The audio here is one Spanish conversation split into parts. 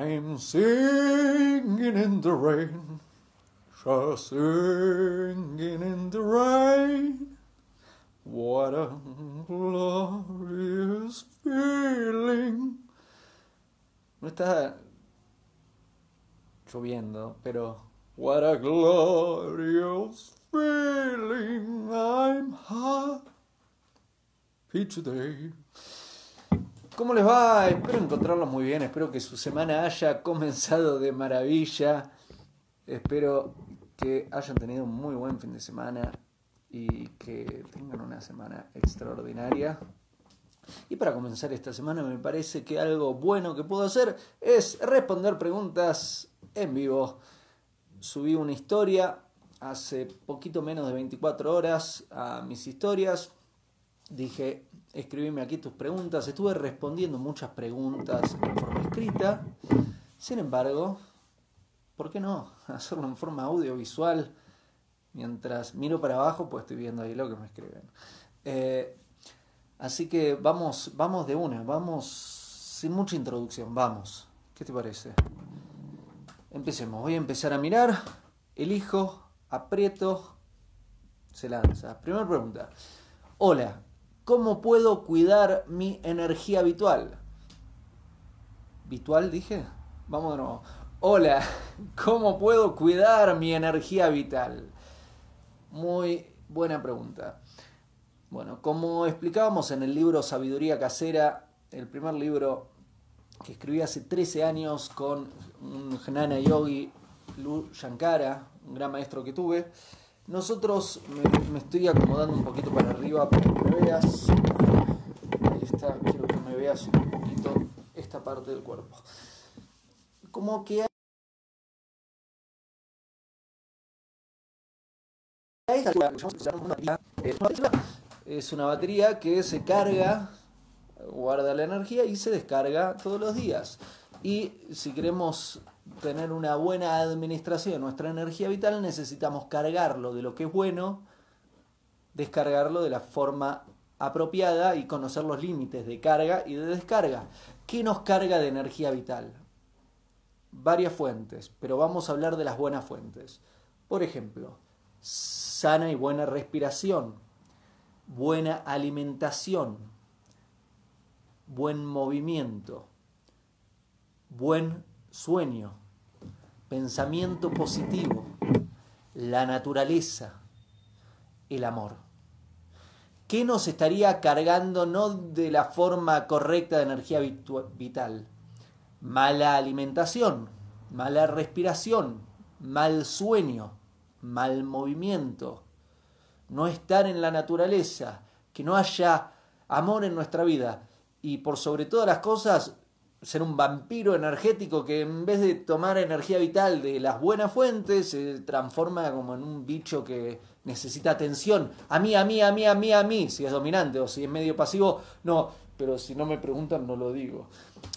I'm singing in the rain, just singing in the rain. What a glorious feeling. No está lloviendo, pero what a glorious feeling. I'm happy today. ¿Cómo les va? Espero encontrarlos muy bien, espero que su semana haya comenzado de maravilla, espero que hayan tenido un muy buen fin de semana y que tengan una semana extraordinaria. Y para comenzar esta semana me parece que algo bueno que puedo hacer es responder preguntas en vivo. Subí una historia hace poquito menos de 24 horas a mis historias. Dije, escribime aquí tus preguntas. Estuve respondiendo muchas preguntas en forma escrita. Sin embargo, ¿por qué no hacerlo en forma audiovisual? Mientras miro para abajo, pues estoy viendo ahí lo que me escriben. Así que vamos de una, vamos sin mucha introducción, vamos. ¿Qué te parece? Empecemos, voy a empezar a mirar, elijo, aprieto, se lanza. Primera pregunta. Hola, ¿cómo puedo cuidar mi energía vital? ¿Vital dije? Vamos de nuevo. Hola, ¿cómo puedo cuidar mi energía vital? Muy buena pregunta. Bueno, como explicábamos en el libro Sabiduría Casera, el primer libro que escribí hace 13 años con un Jnana Yogi, Lou Shankara, un gran maestro que tuve, nosotros, me estoy acomodando un poquito para arriba para que me veas. Ahí está, quiero que me veas un poquito esta parte del cuerpo. Como que es una batería que se carga, guarda la energía y se descarga todos los días. Y si queremos tener una buena administración de nuestra energía vital, necesitamos cargarlo de lo que es bueno, descargarlo de la forma apropiada y conocer los límites de carga y de descarga. ¿Qué nos carga de energía vital? Varias fuentes, pero vamos a hablar de las buenas fuentes. Por ejemplo, sana y buena respiración, buena alimentación, buen movimiento, buen sueño, pensamiento positivo, la naturaleza, el amor. ¿Qué nos estaría cargando no de la forma correcta de energía vital? Mala alimentación, mala respiración, mal sueño, mal movimiento, no estar en la naturaleza, que no haya amor en nuestra vida y por sobre todas las cosas ser un vampiro energético que en vez de tomar energía vital de las buenas fuentes se transforma como en un bicho que necesita atención. A mí, si es dominante o si es medio pasivo, no, pero si no me preguntan no lo digo.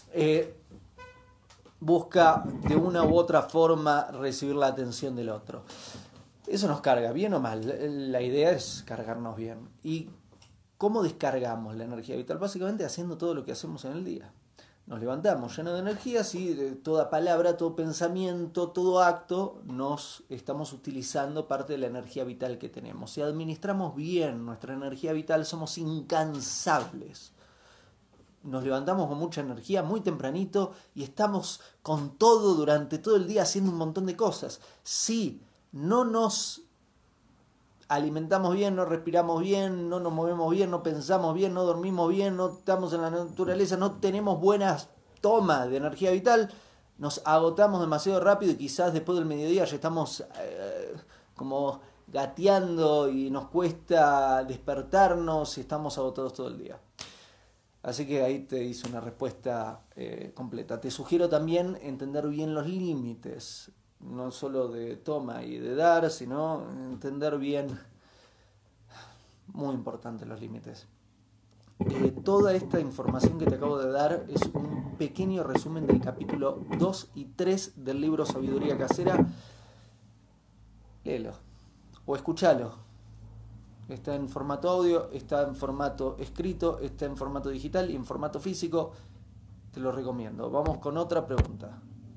Busca de una u otra forma recibir la atención del otro. Eso nos carga, bien o mal. La idea es cargarnos bien. ¿Y cómo descargamos la energía vital? Básicamente haciendo todo lo que hacemos en el día. Nos levantamos llenos de energía, ¿sí? De toda palabra, todo pensamiento, todo acto, nos estamos utilizando parte de la energía vital que tenemos. Si administramos bien nuestra energía vital, somos incansables. Nos levantamos con mucha energía muy tempranito y estamos con todo durante todo el día haciendo un montón de cosas. Si no nos alimentamos bien, no respiramos bien, no nos movemos bien, no pensamos bien, no dormimos bien, no estamos en la naturaleza, no tenemos buenas tomas de energía vital, nos agotamos demasiado rápido y quizás después del mediodía ya estamos como gateando y nos cuesta despertarnos y estamos agotados todo el día. Así que ahí te hice una respuesta completa. Te sugiero también entender bien los límites, no solo de toma y de dar, sino entender bien, muy importante, los límites. Toda esta información que te acabo de dar es un pequeño resumen del capítulo 2 y 3 del libro Sabiduría Casera. Léelo o escúchalo. Está en formato audio, está en formato escrito, está en formato digital y en formato físico. Te lo recomiendo. Vamos con otra pregunta.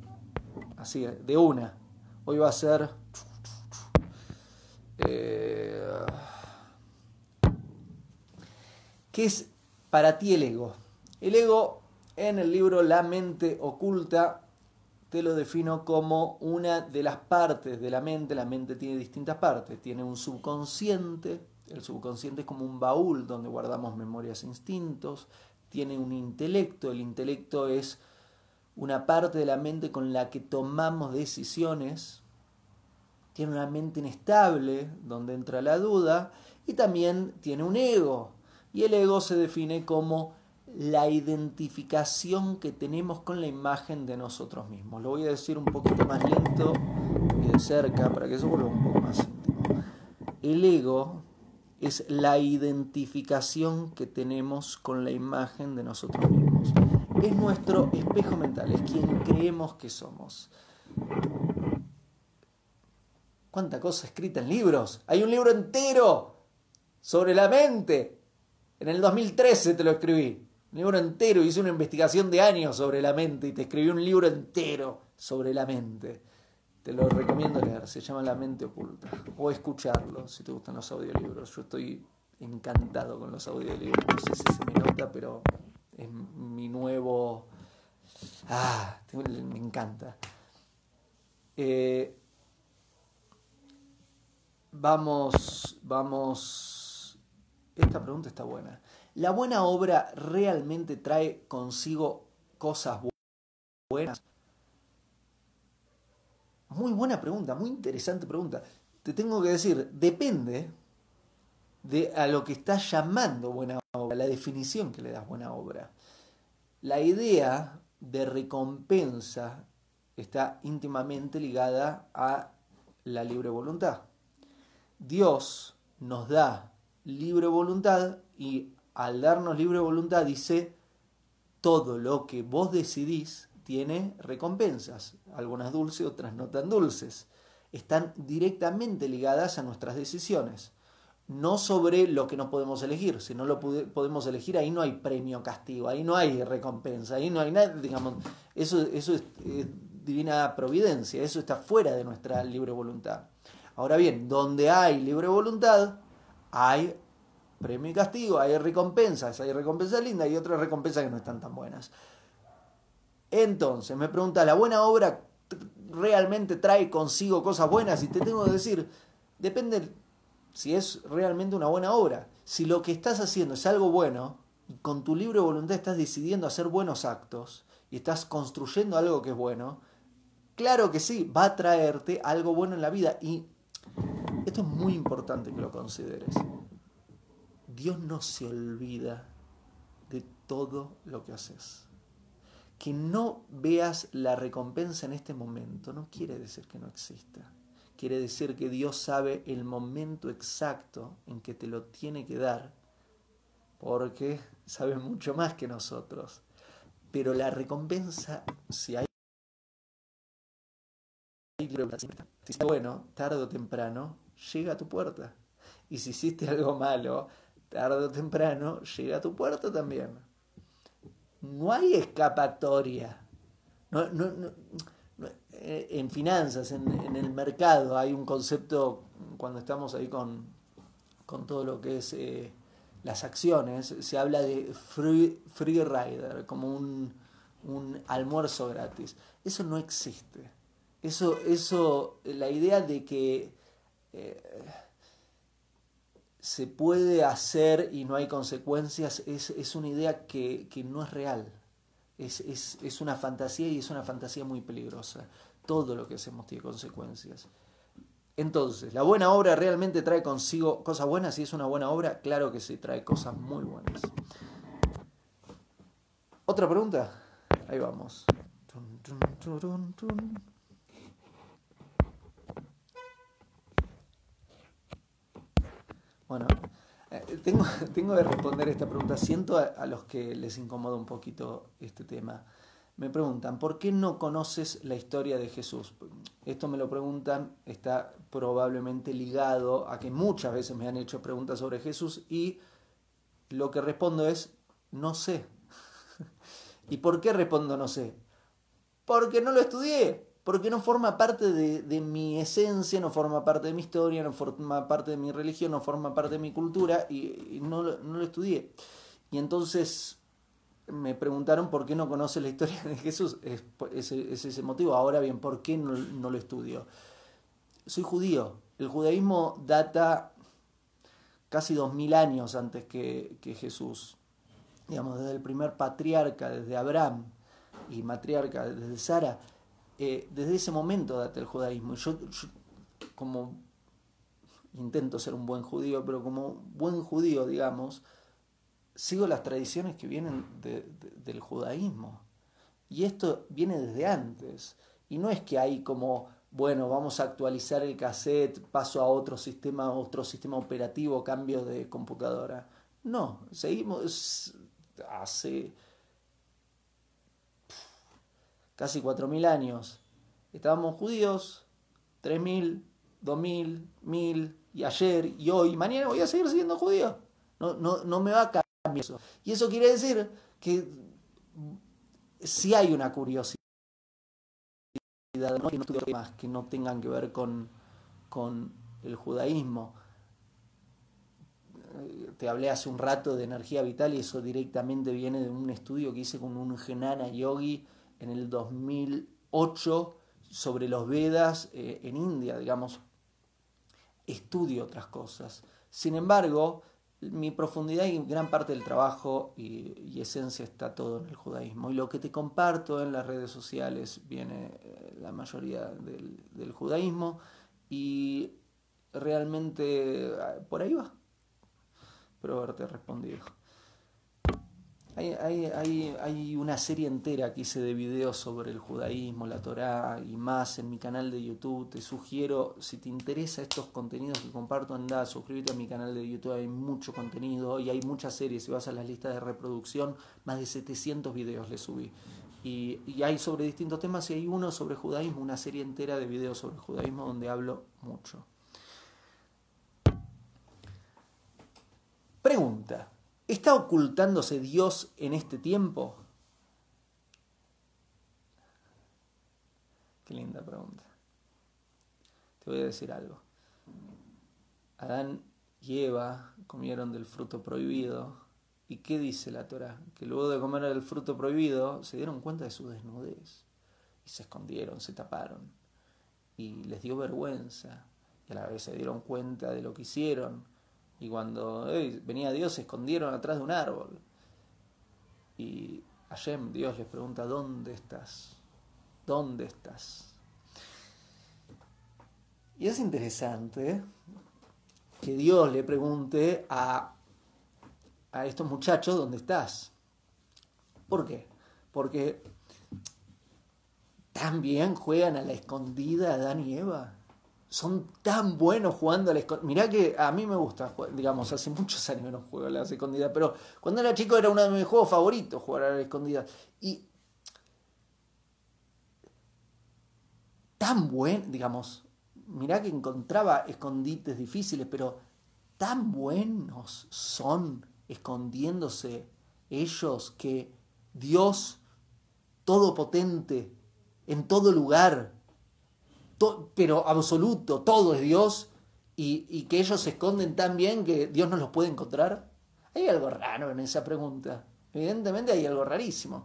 así, de una. Hoy va a ser... ¿qué es para ti el ego? El ego, en el libro La mente oculta, te lo defino como una de las partes de la mente. La mente tiene distintas partes. Tiene un subconsciente. El subconsciente es como un baúl donde guardamos memorias e instintos. Tiene un intelecto. El intelecto es una parte de la mente con la que tomamos decisiones. Tiene una mente inestable donde entra la duda. Y también tiene un ego. Y el ego se define como la identificación que tenemos con la imagen de nosotros mismos. Lo voy a decir un poquito más lento y de cerca para que eso vuelva un poco más íntimo. El ego es la identificación que tenemos con la imagen de nosotros mismos. Es nuestro espejo mental, es quien creemos que somos. ¿Cuánta cosa escrita en libros? Hay un libro entero sobre la mente. En el 2013 te lo escribí. Un libro entero. Hice una investigación de años sobre la mente y te escribí un libro entero sobre la mente. Te lo recomiendo leer. Se llama La mente oculta. O escucharlo, si te gustan los audiolibros. Yo estoy encantado con los audiolibros. No sé si se me nota, pero es mi nuevo... me encanta. Vamos. Esta pregunta está buena. ¿La buena obra realmente trae consigo cosas buenas? Muy buena pregunta, muy interesante pregunta. Te tengo que decir, depende de a lo que estás llamando buena obra, la definición que le das buena obra. La idea de recompensa está íntimamente ligada a la libre voluntad. Dios nos da libre voluntad y al darnos libre voluntad dice, todo lo que vos decidís tiene recompensas, algunas dulces, otras no tan dulces. Están directamente ligadas a nuestras decisiones, no sobre lo que no podemos elegir. Si no lo podemos elegir, ahí no hay premio, castigo, ahí no hay recompensa, ahí no hay nada, digamos, eso es divina providencia, eso está fuera de nuestra libre voluntad. Ahora bien, donde hay libre voluntad, hay premio y castigo, hay recompensas lindas y otras recompensas que no están tan buenas. Entonces, me pregunta, ¿la buena obra realmente trae consigo cosas buenas? Y te tengo que decir, depende si es realmente una buena obra. Si lo que estás haciendo es algo bueno, y con tu libre voluntad estás decidiendo hacer buenos actos, y estás construyendo algo que es bueno, claro que sí, va a traerte algo bueno en la vida. Y esto es muy importante que lo consideres. Dios no se olvida de todo lo que haces. Que no veas la recompensa en este momento no quiere decir que no exista. Quiere decir que Dios sabe el momento exacto en que te lo tiene que dar, porque sabe mucho más que nosotros. Pero la recompensa, si está bueno, tarde o temprano, llega a tu puerta. Y si hiciste algo malo, tarde o temprano, llega a tu puerta también. No hay escapatoria. En finanzas, en el mercado, hay un concepto, cuando estamos ahí con todo lo que es las acciones, se habla de free rider, como un almuerzo gratis. Eso no existe. La idea de que se puede hacer y no hay consecuencias es una idea que no es real. Es una fantasía y es una fantasía muy peligrosa. Todo lo que hacemos tiene consecuencias. Entonces, ¿la buena obra realmente trae consigo cosas buenas? Si es una buena obra, claro que sí, trae cosas muy buenas. ¿Otra pregunta? Ahí vamos. Bueno, tengo que responder esta pregunta. Siento a los que les incomoda un poquito este tema. Me preguntan, ¿por qué no conoces la historia de Jesús? Esto me lo preguntan, está probablemente ligado a que muchas veces me han hecho preguntas sobre Jesús y lo que respondo es, no sé. ¿Y por qué respondo no sé? Porque no lo estudié. porque no forma parte de mi esencia, no forma parte de mi historia, no forma parte de mi religión, no forma parte de mi cultura y no lo estudié. Y entonces me preguntaron por qué no conoce la historia de Jesús. Es ese motivo. Ahora bien, ¿por qué no lo estudio? Soy judío. El judaísmo data casi 2000 años antes que Jesús. Digamos, desde el primer patriarca, desde Abraham, y matriarca, desde Sara. Desde ese momento data el judaísmo. Yo como intento ser un buen judío, pero como buen judío, digamos, sigo las tradiciones que vienen del judaísmo. Y esto viene desde antes. Y no es que hay como, bueno, vamos a actualizar el cassette, paso a otro sistema operativo, cambio de computadora. No, seguimos hace casi 4000 años. Estábamos judíos, 3000, 2000, 1000, y ayer, y hoy, y mañana voy a seguir siendo judío. No me va a cambiar eso. Y eso quiere decir que si hay una curiosidad, ¿no? Que no estudio temas que no tengan que ver con el judaísmo. Te hablé hace un rato de energía vital y eso directamente viene de un estudio que hice con un Jnana Yogi en el 2008 sobre los Vedas en India, digamos. Estudio otras cosas. Sin embargo, mi profundidad y gran parte del trabajo y esencia está todo en el judaísmo. Y lo que te comparto en las redes sociales viene la mayoría del judaísmo y realmente por ahí va. Espero haberte respondido. Hay una serie entera que hice de videos sobre el judaísmo, la Torá y más en mi canal de YouTube. Te sugiero, si te interesa estos contenidos que comparto, anda, suscríbete a mi canal de YouTube. Hay mucho contenido y hay muchas series. Si vas a las listas de reproducción, más de 700 videos le subí. Y hay sobre distintos temas y hay uno sobre judaísmo, una serie entera de videos sobre judaísmo donde hablo mucho. Pregunta. ¿Está ocultándose Dios en este tiempo? Qué linda pregunta. Te voy a decir algo. Adán y Eva comieron del fruto prohibido. ¿Y qué dice la Torá? Que luego de comer el fruto prohibido se dieron cuenta de su desnudez. Y se escondieron, se taparon. Y les dio vergüenza. Y a la vez se dieron cuenta de lo que hicieron. Y cuando venía Dios se escondieron atrás de un árbol. Y Hashem, Dios, les pregunta, ¿dónde estás? ¿Dónde estás? Y es interesante que Dios le pregunte a estos muchachos, ¿dónde estás? ¿Por qué? Porque también juegan a la escondida Adán y Eva. Son tan buenos jugando a la escondida. Mirá que a mí me gusta, digamos, hace muchos años no juego a la escondida, pero cuando era chico era uno de mis juegos favoritos jugar a la escondida. Y tan buen, digamos, mirá que encontraba escondites difíciles, pero tan buenos son escondiéndose ellos que Dios Todopotente, en todo lugar, pero absoluto, todo es Dios, y que ellos se esconden tan bien que Dios no los puede encontrar. Hay algo raro en esa pregunta. Evidentemente hay algo rarísimo.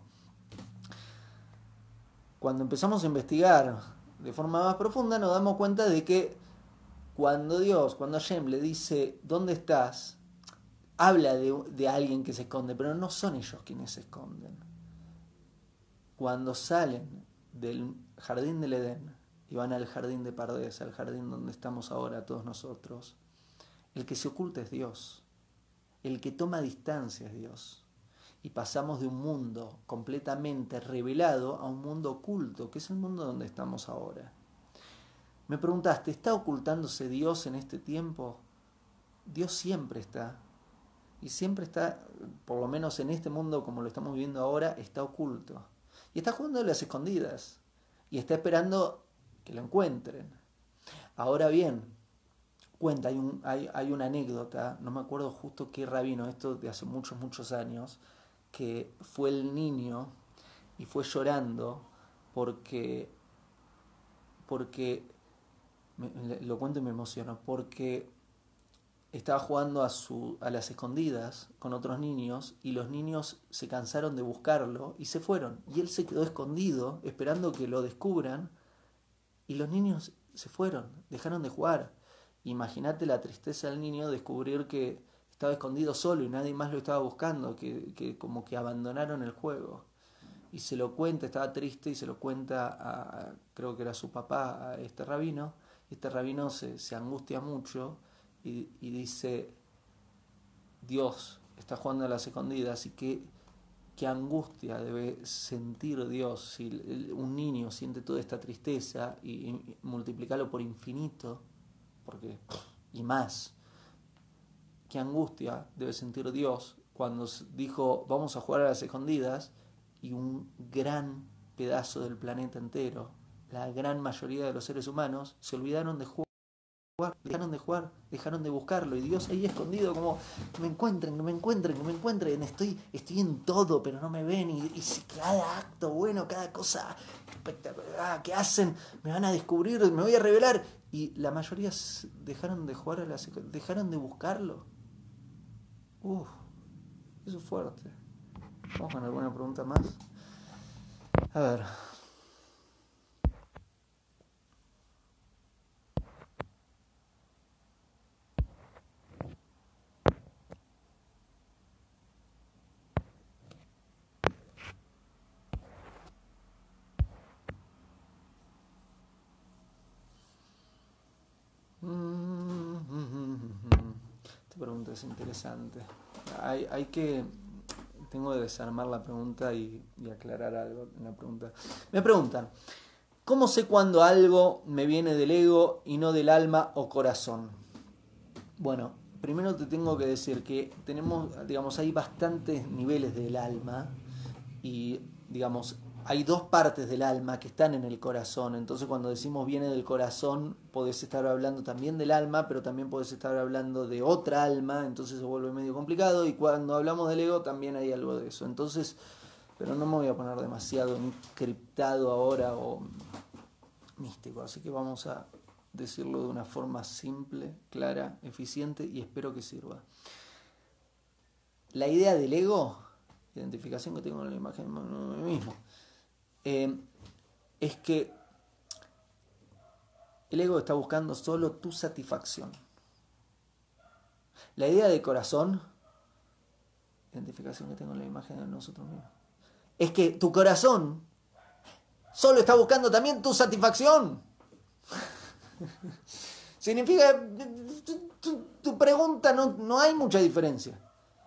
Cuando empezamos a investigar de forma más profunda nos damos cuenta de que cuando Hashem le dice ¿dónde estás? Habla de alguien que se esconde, pero no son ellos quienes se esconden. Cuando salen del jardín del Edén y van al jardín de Pardes, al jardín donde estamos ahora todos nosotros, el que se oculta es Dios, el que toma distancia es Dios. Y pasamos de un mundo completamente revelado a un mundo oculto, que es el mundo donde estamos ahora. Me preguntaste, ¿está ocultándose Dios en este tiempo? Dios siempre está. Y siempre está, por lo menos en este mundo como lo estamos viviendo ahora, está oculto. Y está jugando a las escondidas. Y está esperando que lo encuentren. Ahora bien, cuenta, hay una anécdota, no me acuerdo justo qué rabino, esto de hace muchos, muchos años, que fue el niño y fue llorando porque porque, lo cuento y me emociono, porque estaba jugando a las escondidas con otros niños y los niños se cansaron de buscarlo y se fueron. Y él se quedó escondido esperando que lo descubran y los niños se fueron, dejaron de jugar. Imagínate la tristeza del niño descubrir que estaba escondido solo y nadie más lo estaba buscando, que como que abandonaron el juego. Y se lo cuenta, estaba triste y se lo cuenta creo que era su papá, a este rabino. Este rabino se angustia mucho y dice, Dios está jugando a las escondidas y qué angustia debe sentir Dios si un niño siente toda esta tristeza y multiplicarlo por infinito, porque y más. Qué angustia debe sentir Dios cuando dijo vamos a jugar a las escondidas y un gran pedazo del planeta entero, la gran mayoría de los seres humanos, se olvidaron de jugar, dejaron de buscarlo y Dios ahí escondido como que me encuentren, estoy en todo pero no me ven y cada acto bueno, cada cosa espectacular que hacen, me van a descubrir, me voy a revelar y la mayoría dejaron de jugar dejaron de buscarlo. Eso es fuerte. Vamos con alguna pregunta más. A ver. Esta pregunta es interesante. Tengo que desarmar la pregunta y aclarar algo en la pregunta. Me preguntan, ¿cómo sé cuando algo me viene del ego y no del alma o corazón? Bueno, primero te tengo que decir que hay bastantes niveles del alma y, hay dos partes del alma que están en el corazón. Entonces, cuando decimos viene del corazón, podés estar hablando también del alma, pero también podés estar hablando de otra alma, entonces se vuelve medio complicado. Y cuando hablamos del ego, también hay algo de eso. Entonces, pero no me voy a poner demasiado encriptado ahora o místico, así que vamos a decirlo de una forma simple, clara, eficiente y espero que sirva. La idea del ego, identificación que tengo en la imagen de mí mismo, es que el ego está buscando solo tu satisfacción. La idea de corazón, identificación que tengo en la imagen de nosotros mismos, es que tu corazón solo está buscando también tu satisfacción. Significa, tu pregunta no hay mucha diferencia.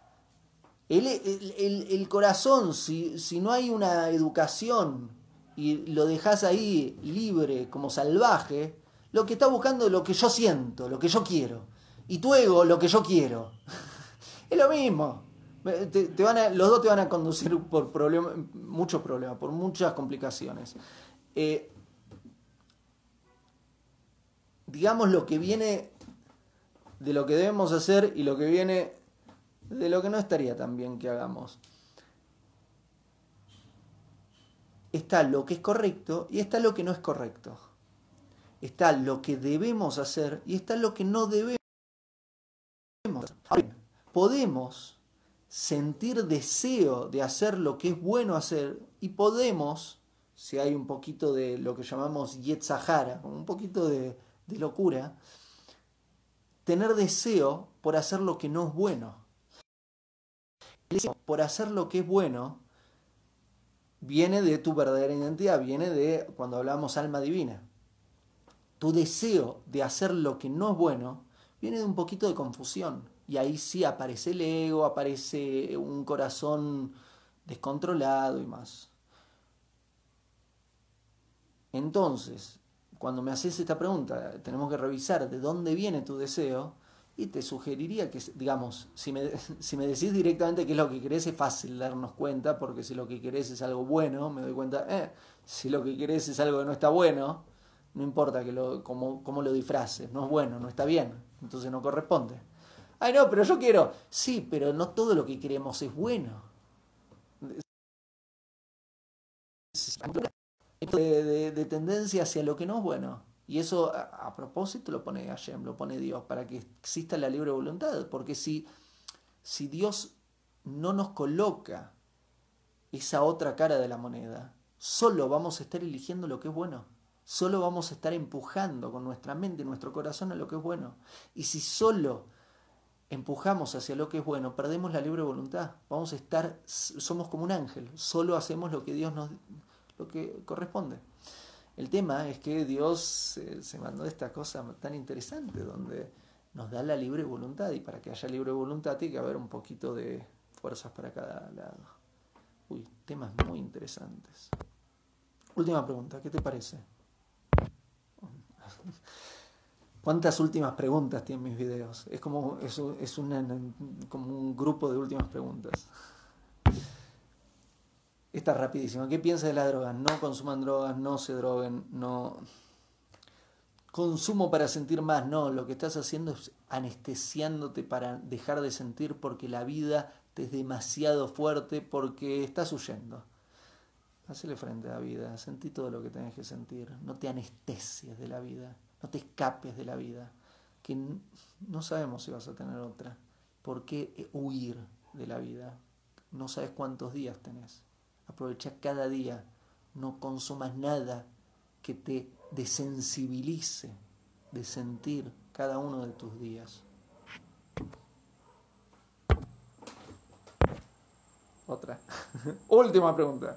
El corazón, si no hay una educación y lo dejas ahí libre, como salvaje, lo que está buscando es lo que yo siento, lo que yo quiero. Y tu ego, lo que yo quiero. Es lo mismo. Los dos te van a conducir por muchos problemas, por muchas complicaciones. Digamos lo que viene de lo que debemos hacer y lo que viene de lo que no estaría tan bien que hagamos. Está lo que es correcto y está lo que no es correcto. Está lo que debemos hacer y está lo que no debemos hacer. Podemos sentir deseo de hacer lo que es bueno hacer y podemos, si hay un poquito de lo que llamamos Yetzahara, un poquito de locura, tener deseo por hacer lo que no es bueno. Por hacer lo que es bueno viene de tu verdadera identidad, viene de cuando hablamos alma divina. Tu deseo de hacer lo que no es bueno viene de un poquito de confusión y ahí sí aparece el ego, aparece un corazón descontrolado y más. Entonces, cuando me haces esta pregunta, tenemos que revisar de dónde viene tu deseo. Y te sugeriría que, si me decís directamente qué es lo que querés, es fácil darnos cuenta, porque si lo que querés es algo bueno, me doy cuenta, si lo que querés es algo que no está bueno, no importa cómo lo disfraces, no es bueno, no está bien, entonces no corresponde. Ay, no, pero yo quiero. Sí, pero no todo lo que queremos es bueno. de tendencia hacia lo que no es bueno. Y eso a propósito lo pone Hashem, lo pone Dios, para que exista la libre voluntad. Porque si Dios no nos coloca esa otra cara de la moneda, solo vamos a estar eligiendo lo que es bueno. Solo vamos a estar empujando con nuestra mente y nuestro corazón a lo que es bueno. Y si solo empujamos hacia lo que es bueno, perdemos la libre voluntad. Vamos a estar, somos como un ángel, solo hacemos lo que Dios lo que corresponde. El tema es que Dios se mandó esta cosa tan interesante donde nos da la libre voluntad, y para que haya libre voluntad tiene que haber un poquito de fuerzas para cada lado. Uy, temas muy interesantes. Última pregunta, ¿qué te parece? ¿Cuántas últimas preguntas tienen mis videos? Es como un grupo de últimas preguntas. Esta es rapidísima. ¿Qué piensas de la droga? No consuman drogas, no se droguen, no. Consumo para sentir más. No, lo que estás haciendo es anestesiándote para dejar de sentir, porque la vida te es demasiado fuerte, porque estás huyendo. Hacele frente a la vida, sentí todo lo que tenés que sentir. No te anestesies de la vida, no te escapes de la vida, que no sabemos si vas a tener otra. ¿Por qué huir de la vida? No sabes cuántos días tenés. Aprovecha cada día, no consumas nada que te desensibilice de sentir cada uno de tus días. Otra. Última pregunta.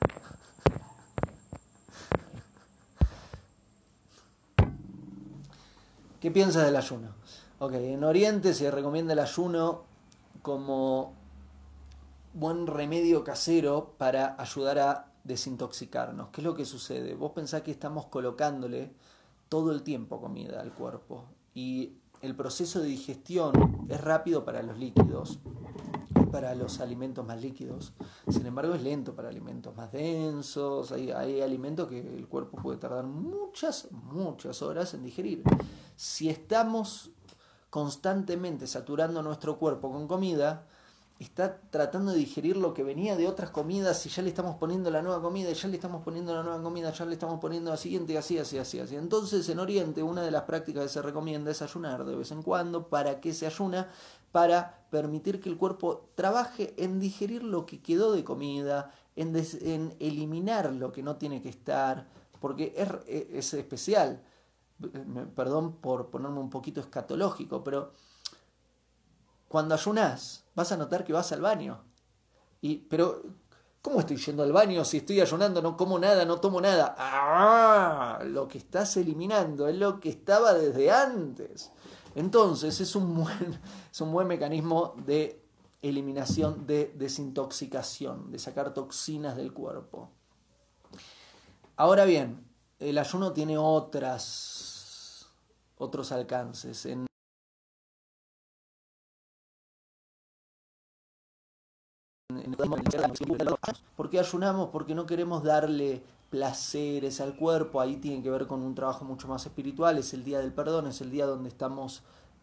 ¿Qué piensas del ayuno? Ok, en Oriente se recomienda el ayuno como buen remedio casero para ayudar a desintoxicarnos. ¿Qué es lo que sucede? Vos pensás que estamos colocándole todo el tiempo comida al cuerpo, y el proceso de digestión es rápido para los líquidos, para los alimentos más líquidos. Sin embargo, es lento para alimentos más densos. Hay alimentos que el cuerpo puede tardar muchas horas en digerir. Si estamos constantemente saturando nuestro cuerpo con comida, está tratando de digerir lo que venía de otras comidas, y ya le estamos poniendo la nueva comida, ya le estamos poniendo la nueva comida, ya le estamos poniendo la siguiente, y así. Entonces, en Oriente, una de las prácticas que se recomienda es ayunar de vez en cuando. ¿Para qué se ayuna? Para permitir que el cuerpo trabaje en digerir lo que quedó de comida, en eliminar lo que no tiene que estar, porque es especial. Perdón por ponerme un poquito escatológico, pero cuando ayunás vas a notar que vas al baño. Pero, ¿cómo estoy yendo al baño si estoy ayunando? No como nada, no tomo nada. ¡Ah! Lo que estás eliminando es lo que estaba desde antes. Entonces es un buen mecanismo de eliminación, de desintoxicación, de sacar toxinas del cuerpo. Ahora bien, el ayuno tiene otros alcances. ¿Por qué ayunamos? Porque no queremos darle placeres al cuerpo. Ahí tiene que ver con un trabajo mucho más espiritual. Es el día del perdón, es el día donde estamos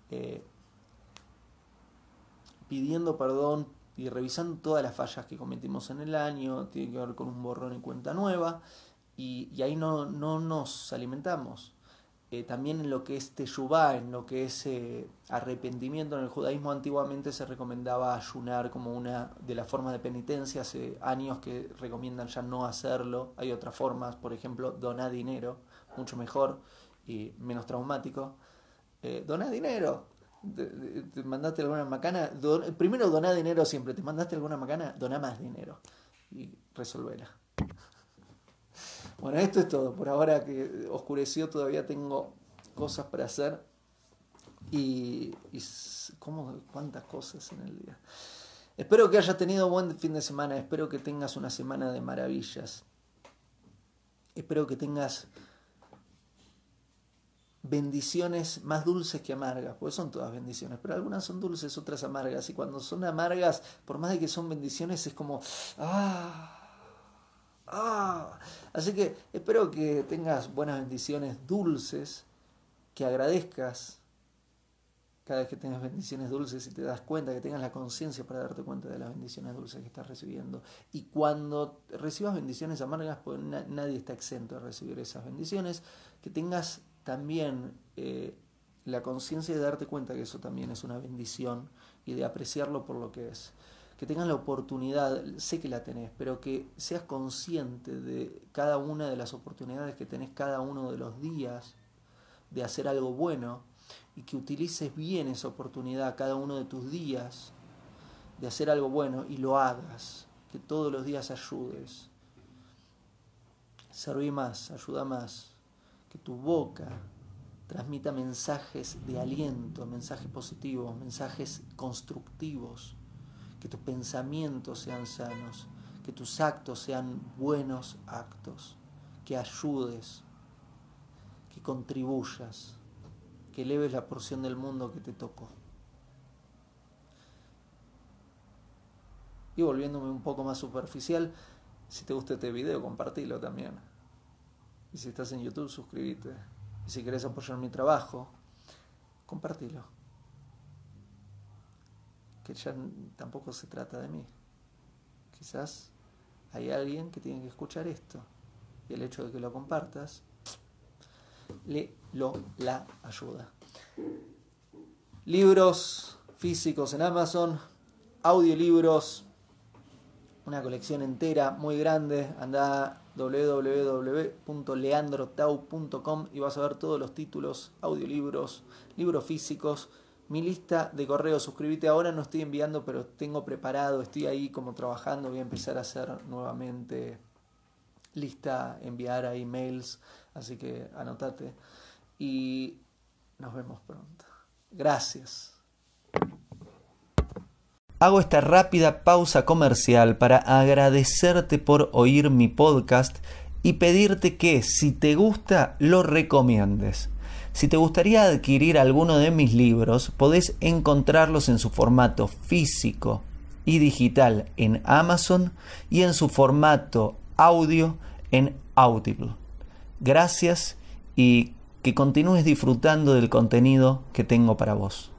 pidiendo perdón y revisando todas las fallas que cometimos en el año. Tiene que ver con un borrón y cuenta nueva, y ahí no nos alimentamos. También en lo que es teshuvá, en lo que es arrepentimiento, en el judaísmo antiguamente se recomendaba ayunar como una de las formas de penitencia. Hace años que recomiendan ya no hacerlo. Hay otras formas, por ejemplo, donar dinero, mucho mejor y menos traumático. Doná dinero. ¿Te mandaste alguna macana? Primero doná dinero siempre. ¿Te mandaste alguna macana? Doná más dinero y resolvela. Bueno, esto es todo. Por ahora que oscureció todavía tengo cosas para hacer. ¿Cuántas cosas en el día? Espero que hayas tenido buen fin de semana. Espero que tengas una semana de maravillas. Espero que tengas bendiciones más dulces que amargas, porque son todas bendiciones, pero algunas son dulces, otras amargas, y cuando son amargas, por más de que son bendiciones, es como así que espero que tengas buenas bendiciones dulces, que agradezcas cada vez que tengas bendiciones dulces y te das cuenta, que tengas la conciencia para darte cuenta de las bendiciones dulces que estás recibiendo. Y cuando recibas bendiciones amargas, pues nadie está exento de recibir esas bendiciones, que tengas también la conciencia de darte cuenta que eso también es una bendición y de apreciarlo por lo que es. Que tengas la oportunidad, sé que la tenés, pero que seas consciente de cada una de las oportunidades que tenés cada uno de los días de hacer algo bueno, y que utilices bien esa oportunidad cada uno de tus días de hacer algo bueno y lo hagas, que todos los días ayudes, serví más, ayuda más, que tu boca transmita mensajes de aliento, mensajes positivos, mensajes constructivos, que tus pensamientos sean sanos, que tus actos sean buenos actos, que ayudes, que contribuyas, que eleves la porción del mundo que te tocó. Y volviéndome un poco más superficial, si te gusta este video, compartilo también. Y si estás en YouTube, suscríbete. Y si querés apoyar mi trabajo, compartilo. Que ya tampoco se trata de mí. Quizás hay alguien que tiene que escuchar esto. Y el hecho de que lo compartas la ayuda. Libros físicos en Amazon, audiolibros, una colección entera muy grande. Anda a www.leandrotau.com y vas a ver todos los títulos, audiolibros, libros físicos, mi lista de correos. Suscríbete ahora, no estoy enviando, pero tengo preparado, estoy ahí como trabajando, voy a empezar a hacer nuevamente lista, enviar ahí mails, así que anotate y nos vemos pronto. Gracias. Hago esta rápida pausa comercial para agradecerte por oír mi podcast y pedirte que, si te gusta, lo recomiendes. Si te gustaría adquirir alguno de mis libros, podés encontrarlos en su formato físico y digital en Amazon y en su formato audio en Audible. Gracias y que continúes disfrutando del contenido que tengo para vos.